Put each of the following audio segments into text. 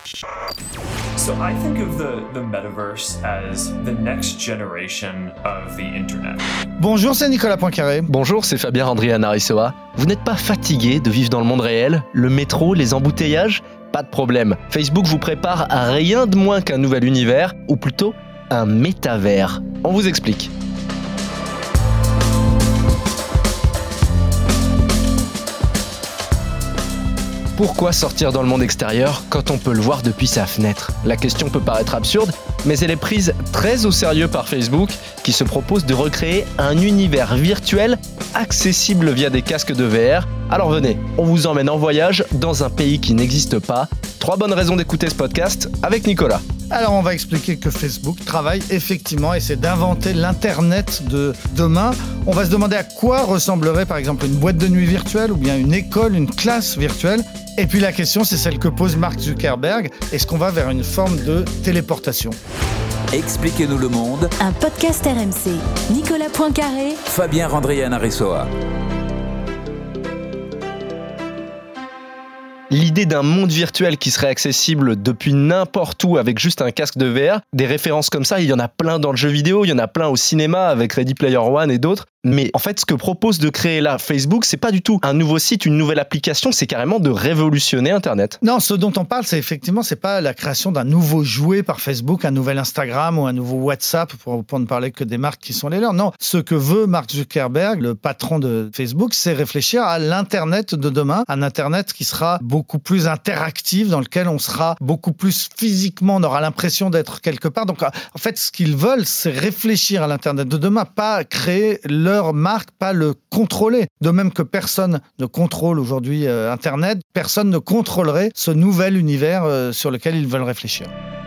So I think of the metaverse as the next generation of the internet. Bonjour, c'est Nicolas Poincaré. Bonjour, c'est Fabien Andrianarisoa. Vous n'êtes pas fatigué de vivre dans le monde réel, le métro, les embouteillages ? Pas de problème. Facebook vous prépare à rien de moins qu'un nouvel univers, ou plutôt un métavers. On vous explique. Pourquoi sortir dans le monde extérieur quand on peut le voir depuis sa fenêtre ? La question peut paraître absurde, mais elle est prise très au sérieux par Facebook, qui se propose de recréer un univers virtuel accessible via des casques de VR. Alors venez, on vous emmène en voyage dans un pays qui n'existe pas. 3 bonnes raisons d'écouter ce podcast avec Nicolas. Alors on va expliquer que Facebook travaille effectivement, essaie d'inventer l'Internet de demain. On va se demander à quoi ressemblerait par exemple une boîte de nuit virtuelle ou bien une école, une classe virtuelle. Et puis la question, c'est celle que pose Mark Zuckerberg. Est-ce qu'on va vers une forme de téléportation ? Expliquez-nous le monde. Un podcast RMC. Nicolas Poincaré. Fabien Andrianarisoa. L'idée d'un monde virtuel qui serait accessible depuis n'importe où avec juste un casque de VR, des références comme ça, il y en a plein dans le jeu vidéo, il y en a plein au cinéma avec Ready Player One et d'autres. Mais en fait, ce que propose de créer là Facebook, c'est pas du tout un nouveau site, une nouvelle application, c'est carrément de révolutionner Internet. Non, ce dont on parle, c'est effectivement, c'est pas la création d'un nouveau jouet par Facebook, un nouvel Instagram ou un nouveau WhatsApp, pour ne parler que des marques qui sont les leurs. Non, ce que veut Mark Zuckerberg, le patron de Facebook, c'est réfléchir à l'Internet de demain, un Internet qui sera beaucoup plus interactif, dans lequel on sera beaucoup plus physiquement, on aura l'impression d'être quelque part. Donc, en fait, ce qu'ils veulent, c'est réfléchir à l'Internet de demain, pas créer leur marque, pas le contrôler. De même que personne ne contrôle aujourd'hui Internet, personne ne contrôlerait ce nouvel univers sur lequel ils veulent réfléchir.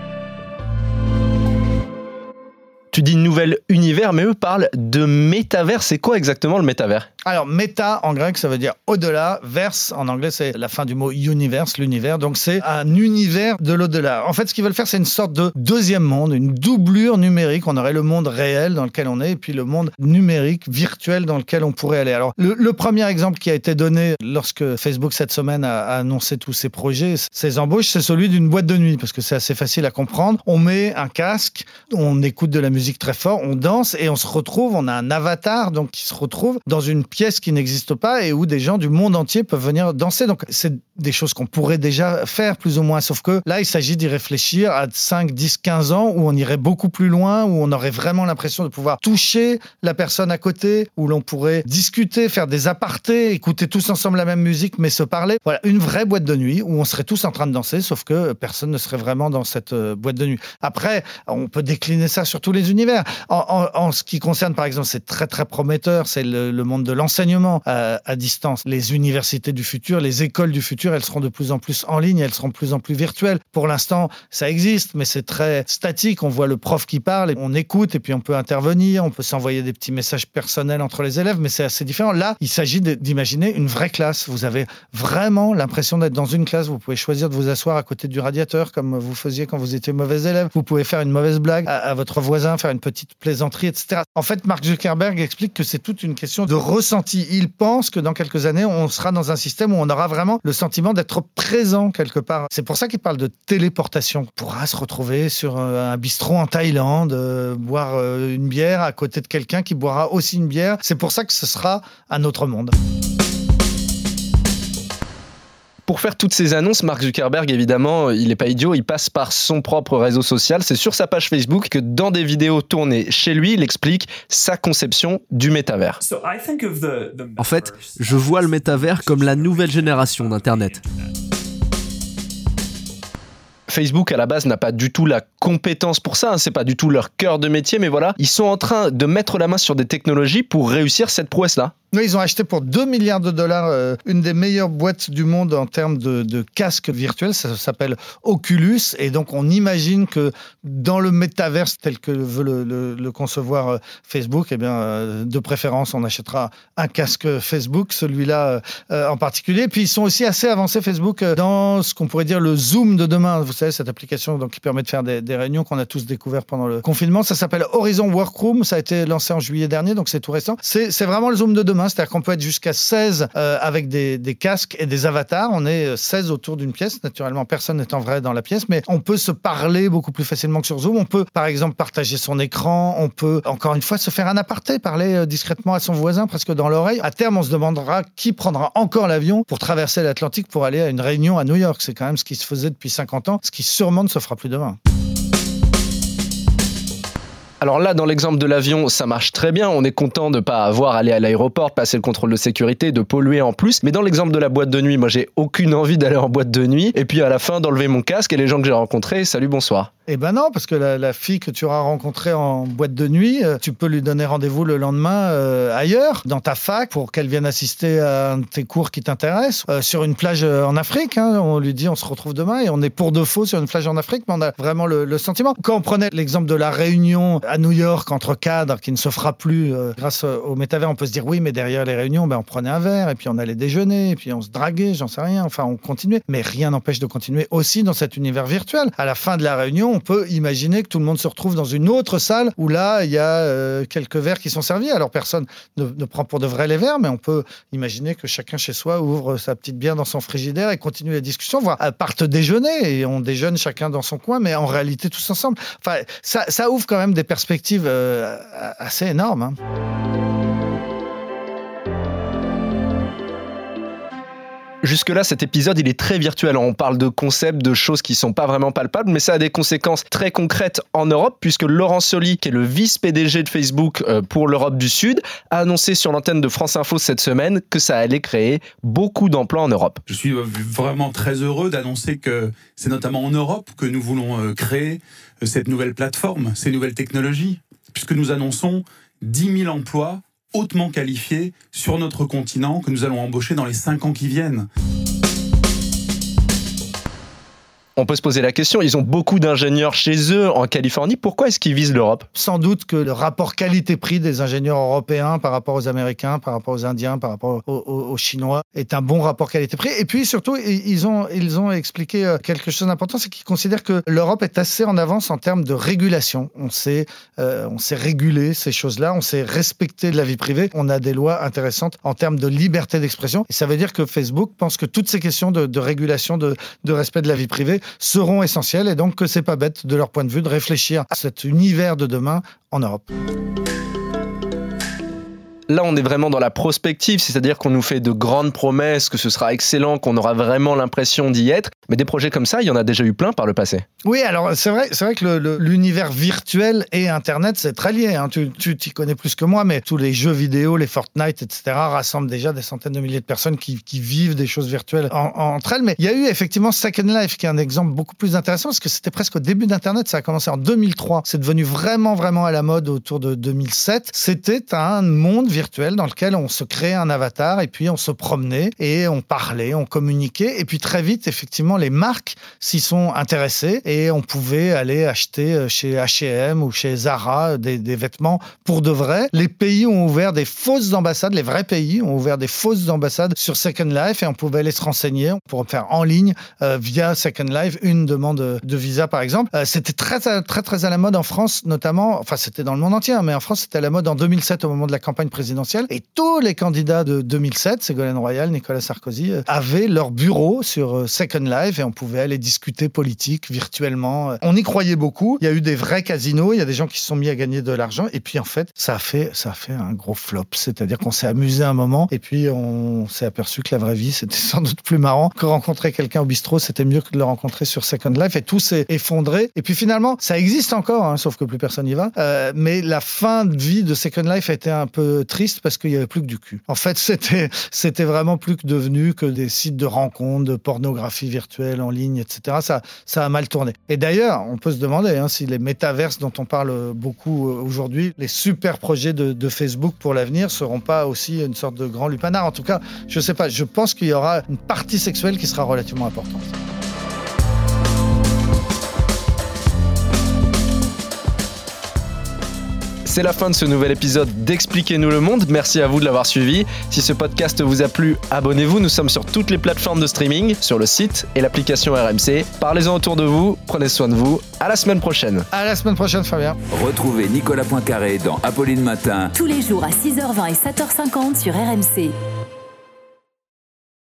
Tu dis nouvel univers, mais eux parlent de métavers. C'est quoi exactement le métavers ? Alors, méta, en grec, ça veut dire au-delà. Verse, en anglais, c'est la fin du mot universe, l'univers. Donc, c'est un univers de l'au-delà. En fait, ce qu'ils veulent faire, c'est une sorte de deuxième monde, une doublure numérique. On aurait le monde réel dans lequel on est, et puis le monde numérique, virtuel, dans lequel on pourrait aller. Alors, le premier exemple qui a été donné lorsque Facebook, cette semaine, a annoncé tous ses projets, ses embauches, c'est celui d'une boîte de nuit, parce que c'est assez facile à comprendre. On met un casque, on écoute de la musique très fort, on danse, et on se retrouve, on a un avatar, donc, qui se retrouve dans une pièce qui n'existe pas et où des gens du monde entier peuvent venir danser. Donc, c'est des choses qu'on pourrait déjà faire plus ou moins, sauf que là, il s'agit d'y réfléchir à 5, 10, 15 ans où on irait beaucoup plus loin, où on aurait vraiment l'impression de pouvoir toucher la personne à côté, où l'on pourrait discuter, faire des apartés, écouter tous ensemble la même musique, mais se parler. Voilà, une vraie boîte de nuit où on serait tous en train de danser, sauf que personne ne serait vraiment dans cette boîte de nuit. Après, on peut décliner ça sur tous les univers. En ce qui concerne, par exemple, c'est très, très prometteur, c'est le monde de l'enseignement à distance. Les universités du futur, les écoles du futur, elles seront de plus en plus en ligne, elles seront de plus en plus virtuelles. Pour l'instant, ça existe, mais c'est très statique. On voit le prof qui parle, et on écoute, et puis on peut intervenir, on peut s'envoyer des petits messages personnels entre les élèves, mais c'est assez différent. Là, il s'agit d'imaginer une vraie classe. Vous avez vraiment l'impression d'être dans une classe. Vous pouvez choisir de vous asseoir à côté du radiateur, comme vous faisiez quand vous étiez mauvais élève. Vous pouvez faire une mauvaise blague à votre voisin, faire une petite plaisanterie, etc. En fait, Mark Zuckerberg explique que c'est toute une question de ressenti. Il pense que dans quelques années, on sera dans un système où on aura vraiment le sentiment d'être présent quelque part. C'est pour ça qu'il parle de téléportation. On pourra se retrouver sur un bistrot en Thaïlande, boire une bière à côté de quelqu'un qui boira aussi une bière. C'est pour ça que ce sera un autre monde. Pour faire toutes ces annonces, Mark Zuckerberg, évidemment, il n'est pas idiot, il passe par son propre réseau social. C'est sur sa page Facebook que dans des vidéos tournées chez lui, il explique sa conception du métavers. En fait, je vois le métavers comme la nouvelle génération d'Internet. Facebook, à la base, n'a pas du tout la compétence pour ça, c'est pas du tout leur cœur de métier, mais voilà, ils sont en train de mettre la main sur des technologies pour réussir cette prouesse-là. Oui, ils ont acheté pour 2 milliards de dollars une des meilleures boîtes du monde en termes de casques virtuels. Ça s'appelle Oculus. Et donc, on imagine que dans le métaverse tel que veut le concevoir Facebook, eh bien, de préférence, on achètera un casque Facebook, celui-là en particulier. Puis, ils sont aussi assez avancés, Facebook, dans ce qu'on pourrait dire le Zoom de demain. Vous savez, cette application donc, qui permet de faire des réunions qu'on a tous découvert pendant le confinement. Ça s'appelle Horizon Workroom. Ça a été lancé en juillet dernier, donc c'est tout récent. C'est vraiment le Zoom de demain. demain, c'est-à-dire qu'on peut être jusqu'à 16 avec des casques et des avatars. On est 16 autour d'une pièce. Naturellement, personne n'étant vrai dans la pièce, mais on peut se parler beaucoup plus facilement que sur Zoom. On peut, par exemple, partager son écran. On peut, encore une fois, se faire un aparté, parler discrètement à son voisin, presque dans l'oreille. À terme, on se demandera qui prendra encore l'avion pour traverser l'Atlantique pour aller à une réunion à New York. C'est quand même ce qui se faisait depuis 50 ans, ce qui sûrement ne se fera plus demain. Alors là, dans l'exemple de l'avion, ça marche très bien. On est content de ne pas avoir à aller à l'aéroport, passer le contrôle de sécurité, de polluer en plus. Mais dans l'exemple de la boîte de nuit, moi, j'ai aucune envie d'aller en boîte de nuit. Et puis à la fin, d'enlever mon casque et les gens que j'ai rencontrés, salut, bonsoir. Eh ben non, parce que la fille que tu auras rencontrée en boîte de nuit, tu peux lui donner rendez-vous le lendemain ailleurs, dans ta fac, pour qu'elle vienne assister à un de tes cours qui t'intéresse. Sur une plage en Afrique, on lui dit on se retrouve demain et on est pour de faux sur une plage en Afrique, mais on a vraiment le sentiment. Quand on prenait l'exemple de la réunion à New York entre cadres qui ne se fera plus grâce au métavers, on peut se dire oui, mais derrière les réunions, on prenait un verre et puis on allait déjeuner et puis on se draguait, j'en sais rien. Enfin, on continuait. Mais rien n'empêche de continuer aussi dans cet univers virtuel. À la fin de la réunion, on peut imaginer que tout le monde se retrouve dans une autre salle où là, il y a quelques verres qui sont servis. Alors, personne ne prend pour de vrai les verres, mais on peut imaginer que chacun chez soi ouvre sa petite bière dans son frigidaire et continue la discussion, voire parte déjeuner et on déjeune chacun dans son coin, mais en réalité tous ensemble. Enfin, ça ouvre quand même des perspectives assez énormes, hein. Jusque-là, cet épisode, il est très virtuel. On parle de concepts, de choses qui sont pas vraiment palpables, mais ça a des conséquences très concrètes en Europe, puisque Laurent Soli, qui est le vice-PDG de Facebook pour l'Europe du Sud, a annoncé sur l'antenne de France Info cette semaine que ça allait créer beaucoup d'emplois en Europe. Je suis vraiment très heureux d'annoncer que c'est notamment en Europe que nous voulons créer cette nouvelle plateforme, ces nouvelles technologies, puisque nous annonçons 10 000 emplois hautement qualifiés sur notre continent que nous allons embaucher dans les 5 ans qui viennent. On peut se poser la question, ils ont beaucoup d'ingénieurs chez eux en Californie, pourquoi est-ce qu'ils visent l'Europe ? Sans doute que le rapport qualité-prix des ingénieurs européens par rapport aux Américains, par rapport aux Indiens, par rapport aux Chinois est un bon rapport qualité-prix. Et puis surtout, ils ont expliqué quelque chose d'important, c'est qu'ils considèrent que l'Europe est assez en avance en termes de régulation. On sait réguler ces choses-là, on sait respecter de la vie privée, on a des lois intéressantes en termes de liberté d'expression. Et ça veut dire que Facebook pense que toutes ces questions de régulation, de respect de la vie privée seront essentielles et donc que c'est pas bête de leur point de vue de réfléchir à cet univers de demain en Europe. Là, on est vraiment dans la prospective, c'est-à-dire qu'on nous fait de grandes promesses, que ce sera excellent, qu'on aura vraiment l'impression d'y être. Mais des projets comme ça, il y en a déjà eu plein par le passé. Oui, alors c'est vrai que l'univers virtuel et Internet, c'est très lié. Hein. Tu t'y connais plus que moi, mais tous les jeux vidéo, les Fortnite, etc., rassemblent déjà des centaines de milliers de personnes qui vivent des choses virtuelles entre elles. Mais il y a eu effectivement Second Life, qui est un exemple beaucoup plus intéressant, parce que c'était presque au début d'Internet. Ça a commencé en 2003. C'est devenu vraiment, vraiment à la mode autour de 2007. C'était un monde virtuel dans lequel on se créait un avatar et puis on se promenait et on parlait, on communiquait. Et puis très vite, effectivement, les marques s'y sont intéressées et on pouvait aller acheter chez H&M ou chez Zara des vêtements pour de vrai. Les pays ont ouvert des fausses ambassades, les vrais pays ont ouvert des fausses ambassades sur Second Life et on pouvait aller se renseigner. On pourrait faire en ligne via Second Life une demande de visa, par exemple. C'était très, très, très à la mode en France, notamment. Enfin, c'était dans le monde entier, mais en France, c'était à la mode en 2007 au moment de la campagne présidentielle. Et tous les candidats de 2007, Ségolène Royal, Nicolas Sarkozy, avaient leur bureau sur Second Life et on pouvait aller discuter politique virtuellement. On y croyait beaucoup. Il y a eu des vrais casinos. Il y a des gens qui se sont mis à gagner de l'argent. Et puis, en fait, ça a fait un gros flop. C'est-à-dire qu'on s'est amusé un moment et puis on s'est aperçu que la vraie vie, c'était sans doute plus marrant que rencontrer quelqu'un au bistrot. C'était mieux que de le rencontrer sur Second Life et tout s'est effondré. Et puis finalement, ça existe encore, hein, sauf que plus personne n'y va. Mais la fin de vie de Second Life a été un peu triste parce qu'il n'y avait plus que du cul. En fait, c'était vraiment plus que devenu que des sites de rencontres, de pornographie virtuelle en ligne, etc. Ça a mal tourné. Et d'ailleurs, on peut se demander si les métaverses dont on parle beaucoup aujourd'hui, les super projets de Facebook pour l'avenir, seront pas aussi une sorte de grand lupanar. En tout cas, je sais pas. Je pense qu'il y aura une partie sexuelle qui sera relativement importante. C'est la fin de ce nouvel épisode d'Expliquez-nous le monde. Merci à vous de l'avoir suivi. Si ce podcast vous a plu, abonnez-vous. Nous sommes sur toutes les plateformes de streaming, sur le site et l'application RMC. Parlez-en autour de vous. Prenez soin de vous. À la semaine prochaine. À la semaine prochaine, Fabien. Retrouvez Nicolas Poincaré dans Apolline Matin. Tous les jours à 6h20 et 7h50 sur RMC.